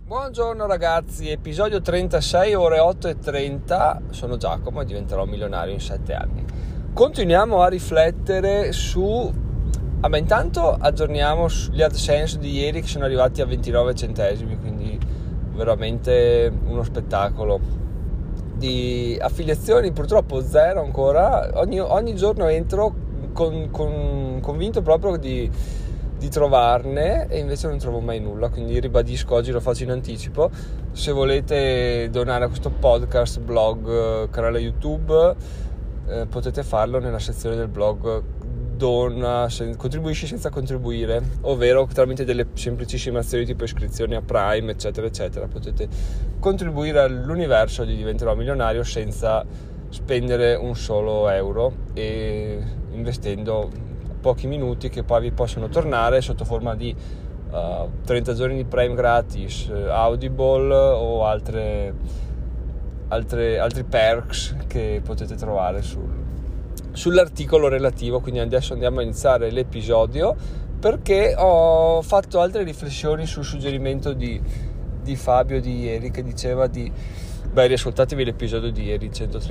Buongiorno ragazzi, episodio 36, ore 8:30. Sono Giacomo e diventerò milionario in 7 anni. Continuiamo a riflettere intanto aggiorniamo gli AdSense di ieri che sono arrivati a 29 centesimi, quindi veramente uno spettacolo. Di affiliazioni purtroppo zero ancora, ogni giorno entro convinto proprio di trovarne e invece non trovo mai nulla, quindi ribadisco, oggi lo faccio in anticipo. Se volete donare a questo podcast, blog, canale YouTube, potete farlo nella sezione del blog dona, contribuisci senza contribuire, ovvero tramite delle semplicissime azioni tipo iscrizioni a Prime eccetera eccetera. Potete contribuire all'universo di Diventerò Milionario senza spendere un solo euro e investendo pochi minuti che poi vi possono tornare sotto forma di 30 giorni di Prime gratis, Audible o altri perks che potete trovare sull'articolo relativo. Quindi adesso andiamo a iniziare l'episodio, perché ho fatto altre riflessioni sul suggerimento di Fabio di ieri, che diceva riascoltatevi l'episodio di ieri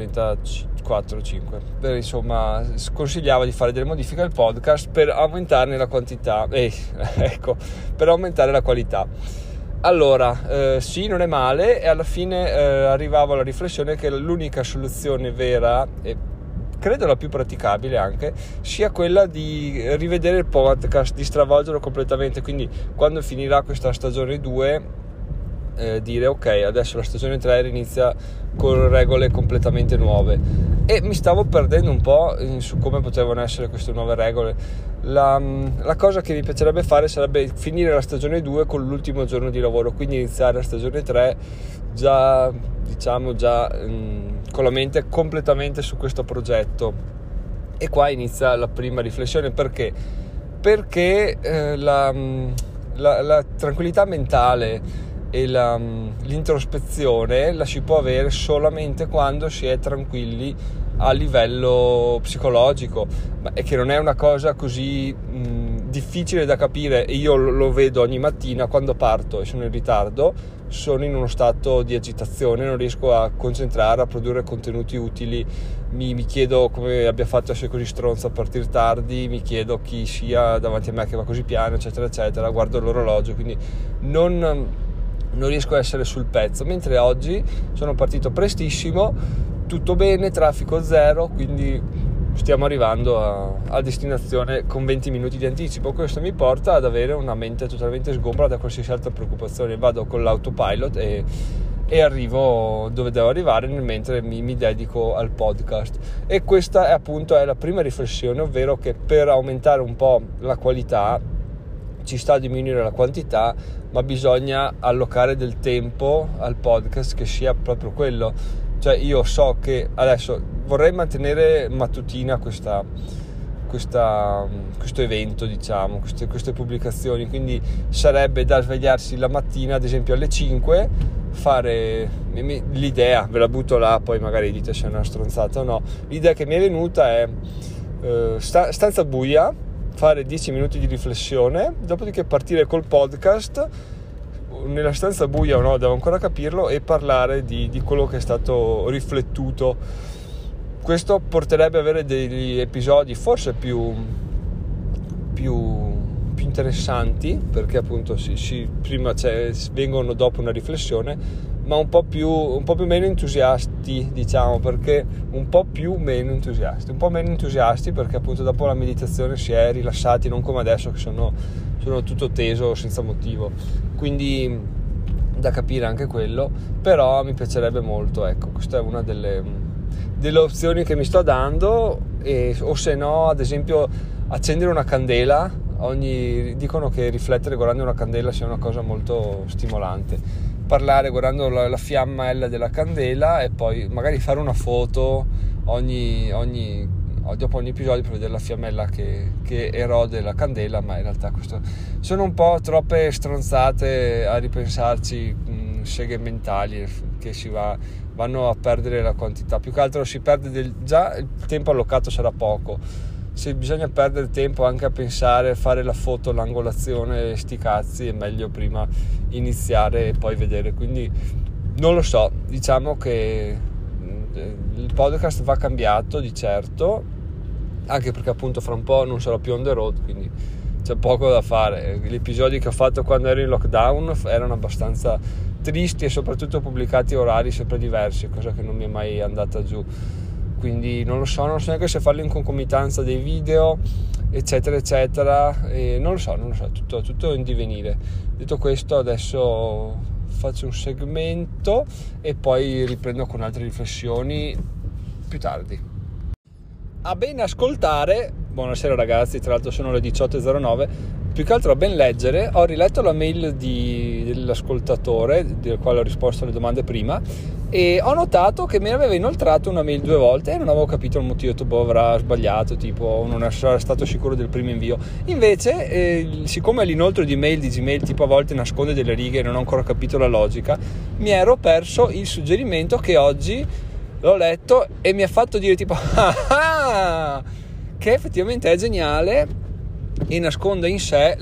134-5, insomma sconsigliava di fare delle modifiche al podcast per aumentarne la quantità per aumentare la qualità. Allora sì, non è male, e alla fine arrivavo alla riflessione che l'unica soluzione vera e credo la più praticabile anche sia quella di rivedere il podcast, di stravolgerlo completamente. Quindi quando finirà questa stagione 2 dire ok, adesso la stagione 3 inizia con regole completamente nuove, e mi stavo perdendo un po' su come potevano essere queste nuove regole. La cosa che mi piacerebbe fare sarebbe finire la stagione 2 con l'ultimo giorno di lavoro, quindi iniziare la stagione 3 già con la mente completamente su questo progetto. E qua inizia la prima riflessione. Perché la tranquillità mentale e l'introspezione la si può avere solamente quando si è tranquilli a livello psicologico, e che non è una cosa così difficile da capire. E io lo vedo ogni mattina quando parto e sono in ritardo, sono in uno stato di agitazione, non riesco a concentrare, a produrre contenuti utili, mi chiedo come abbia fatto a essere così stronzo a partire tardi, mi chiedo chi sia davanti a me che va così piano eccetera eccetera, guardo l'orologio, quindi non riesco a essere sul pezzo. Mentre oggi sono partito prestissimo, tutto bene, traffico zero, quindi stiamo arrivando a destinazione con 20 minuti di anticipo. Questo mi porta ad avere una mente totalmente sgombra da qualsiasi altra preoccupazione. Vado con l'autopilot e arrivo dove devo arrivare mentre mi dedico al podcast. E questa è appunto la prima riflessione, ovvero che per aumentare un po' la qualità ci sta a diminuire la quantità, ma bisogna allocare del tempo al podcast che sia proprio quello. Cioè io so che adesso vorrei mantenere mattutina questo evento, diciamo, queste pubblicazioni, quindi sarebbe da svegliarsi la mattina ad esempio alle 5, fare l'idea, ve la butto là, poi magari dite se è una stronzata o no. L'idea che mi è venuta è stanza buia, fare 10 minuti di riflessione, dopodiché partire col podcast nella stanza buia o no, devo ancora capirlo, e parlare di quello che è stato riflettuto. Questo porterebbe ad avere degli episodi forse più interessanti, perché appunto prima vengono dopo una riflessione, ma un po' meno entusiasti, diciamo, perché un po' meno entusiasti perché appunto dopo la meditazione si è rilassati, non come adesso che sono tutto teso senza motivo. Quindi da capire anche quello, però mi piacerebbe molto, ecco, questa è una delle opzioni che mi sto dando. O se no, ad esempio, accendere una candela. Dicono che riflettere guardando una candela sia una cosa molto stimolante. Parlare guardando la fiammella della candela, e poi magari fare una foto dopo ogni episodio per vedere la fiammella che erode la candela. Ma in realtà questo sono un po' troppe stronzate a ripensarci, seghe mentali che vanno a perdere la quantità. Più che altro si perde già il tempo allocato sarà poco, se bisogna perdere tempo anche a pensare, fare la foto, l'angolazione, sti cazzi, è meglio prima iniziare e poi vedere. Quindi non lo so, diciamo che il podcast va cambiato di certo, anche perché appunto fra un po' non sarò più on the road, quindi c'è poco da fare. Gli episodi che ho fatto quando ero in lockdown erano abbastanza tristi e soprattutto pubblicati a orari sempre diversi, cosa che non mi è mai andata giù. Quindi non so neanche se farlo in concomitanza dei video, eccetera eccetera, e non lo so, tutto in divenire. Detto questo, adesso faccio un segmento e poi riprendo con altre riflessioni più tardi. A ben ascoltare, buonasera ragazzi, tra l'altro sono le 18.09, più che altro a ben leggere, ho riletto la mail dell'ascoltatore, del quale ho risposto alle domande prima, e ho notato che mi aveva inoltrato una mail 2 volte e non avevo capito il motivo, tipo avrà sbagliato, tipo non era stato sicuro del primo invio. Invece siccome l'inoltro di mail di Gmail tipo a volte nasconde delle righe e non ho ancora capito la logica, mi ero perso il suggerimento che oggi l'ho letto e mi ha fatto dire tipo che effettivamente è geniale e nasconde in sé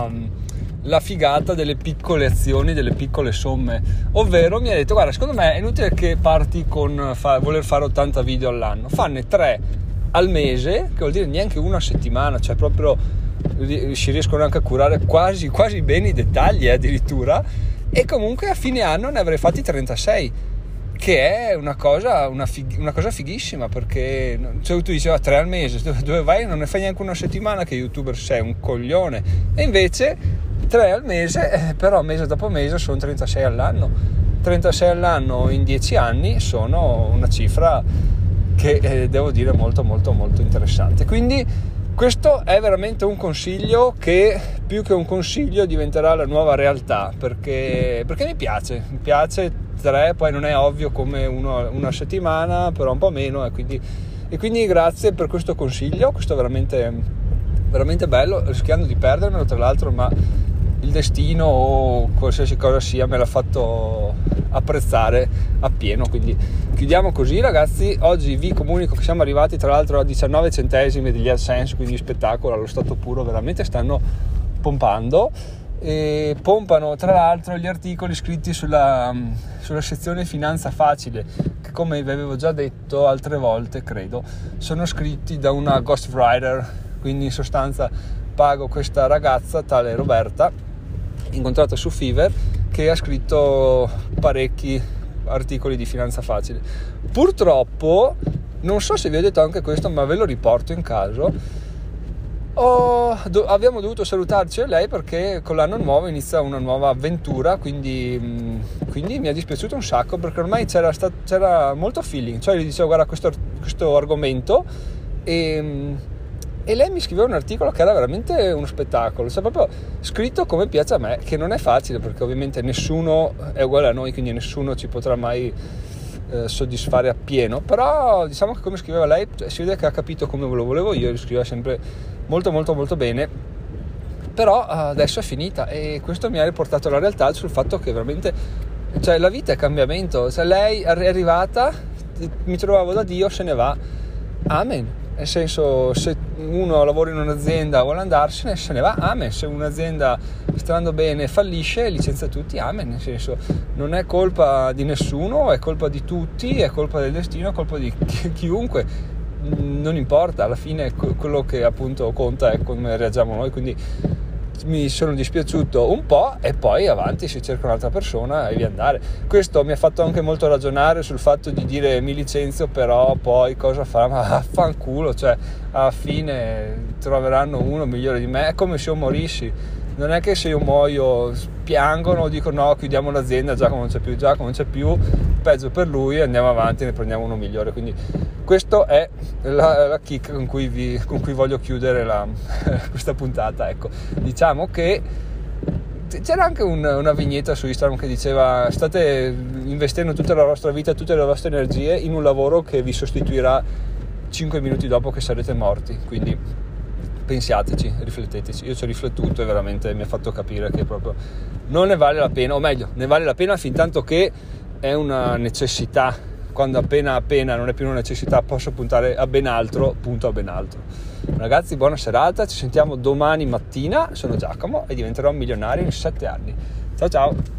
la figata delle piccole azioni, delle piccole somme. Ovvero mi ha detto: guarda, secondo me è inutile che parti con voler fare 80 video all'anno, fanne 3 al mese, che vuol dire neanche una settimana, cioè proprio si riescono anche a curare quasi quasi bene i dettagli addirittura, e comunque a fine anno ne avrei fatti 36, che è una cosa fighissima, perché cioè, tu dicevi 3 al mese, dove vai? Non ne fai neanche una settimana, che youtuber sei, un coglione. E invece 3 al mese, però mese dopo mese sono 36 all'anno. 36 all'anno in 10 anni sono una cifra che devo dire molto molto molto interessante. Quindi questo è veramente un consiglio che più che un consiglio diventerà la nuova realtà, perché mi piace 3, poi non è ovvio come una settimana, però un po' meno, e quindi grazie per questo consiglio. Questo è veramente veramente bello, rischiando di perdermelo tra l'altro, ma il destino o qualsiasi cosa sia me l'ha fatto apprezzare appieno. Quindi chiudiamo così ragazzi. Oggi vi comunico che siamo arrivati tra l'altro a 19 centesimi degli AdSense, quindi spettacolo allo stato puro, veramente stanno pompando, e pompano tra l'altro gli articoli scritti sulla sezione Finanza Facile, che come vi avevo già detto altre volte credo sono scritti da una ghostwriter, quindi in sostanza pago questa ragazza tale Roberta, incontrata su Fiverr, che ha scritto parecchi articoli di Finanza Facile. Purtroppo non so se vi ho detto anche questo, ma ve lo riporto in caso. Abbiamo dovuto salutarci a lei perché con l'anno nuovo inizia una nuova avventura, quindi mi è dispiaciuto un sacco, perché ormai c'era molto feeling, cioè gli dicevo guarda questo argomento, e lei mi scriveva un articolo che era veramente uno spettacolo, cioè proprio scritto come piace a me, che non è facile perché ovviamente nessuno è uguale a noi, quindi nessuno ci potrà mai soddisfare appieno, però diciamo che come scriveva lei, cioè, si vede che ha capito come lo volevo io, scriveva sempre molto molto molto bene. Però adesso è finita, e questo mi ha riportato alla realtà sul fatto che veramente, cioè, la vita è cambiamento. Cioè, lei è arrivata, mi trovavo da Dio, se ne va, amen. Nel senso, se uno lavora in un'azienda, vuole andarsene, se ne va, amen. Se un'azienda sta andando bene, fallisce, licenzia tutti, amen. Nel senso, non è colpa di nessuno, è colpa di tutti, è colpa del destino, è colpa di chiunque, non importa, alla fine quello che appunto conta è come reagiamo noi. Quindi mi sono dispiaciuto un po', e poi avanti si cerca un'altra persona e via andare. Questo mi ha fatto anche molto ragionare sul fatto di dire mi licenzio, però poi cosa farà? Ma fanculo, cioè alla fine troveranno uno migliore di me. È come se io morissi, non è che se io muoio piangono o dicono no, chiudiamo l'azienda, Giacomo non c'è più, peggio per lui, andiamo avanti, ne prendiamo uno migliore. Quindi questo è la kick con cui voglio chiudere questa puntata. Ecco, diciamo che c'era anche una vignetta su Instagram che diceva: state investendo tutta la vostra vita, tutte le vostre energie in un lavoro che vi sostituirà 5 minuti dopo che sarete morti. Quindi pensiateci, rifletteteci. Io ci ho riflettuto e veramente mi ha fatto capire che proprio non ne vale la pena, o meglio, ne vale la pena fin tanto che è una necessità. quando appena non è più una necessità posso puntare a ben altro, punto a ben altro. Ragazzi, buona serata, ci sentiamo domani mattina. Sono Giacomo e diventerò milionario in 7 anni. Ciao ciao.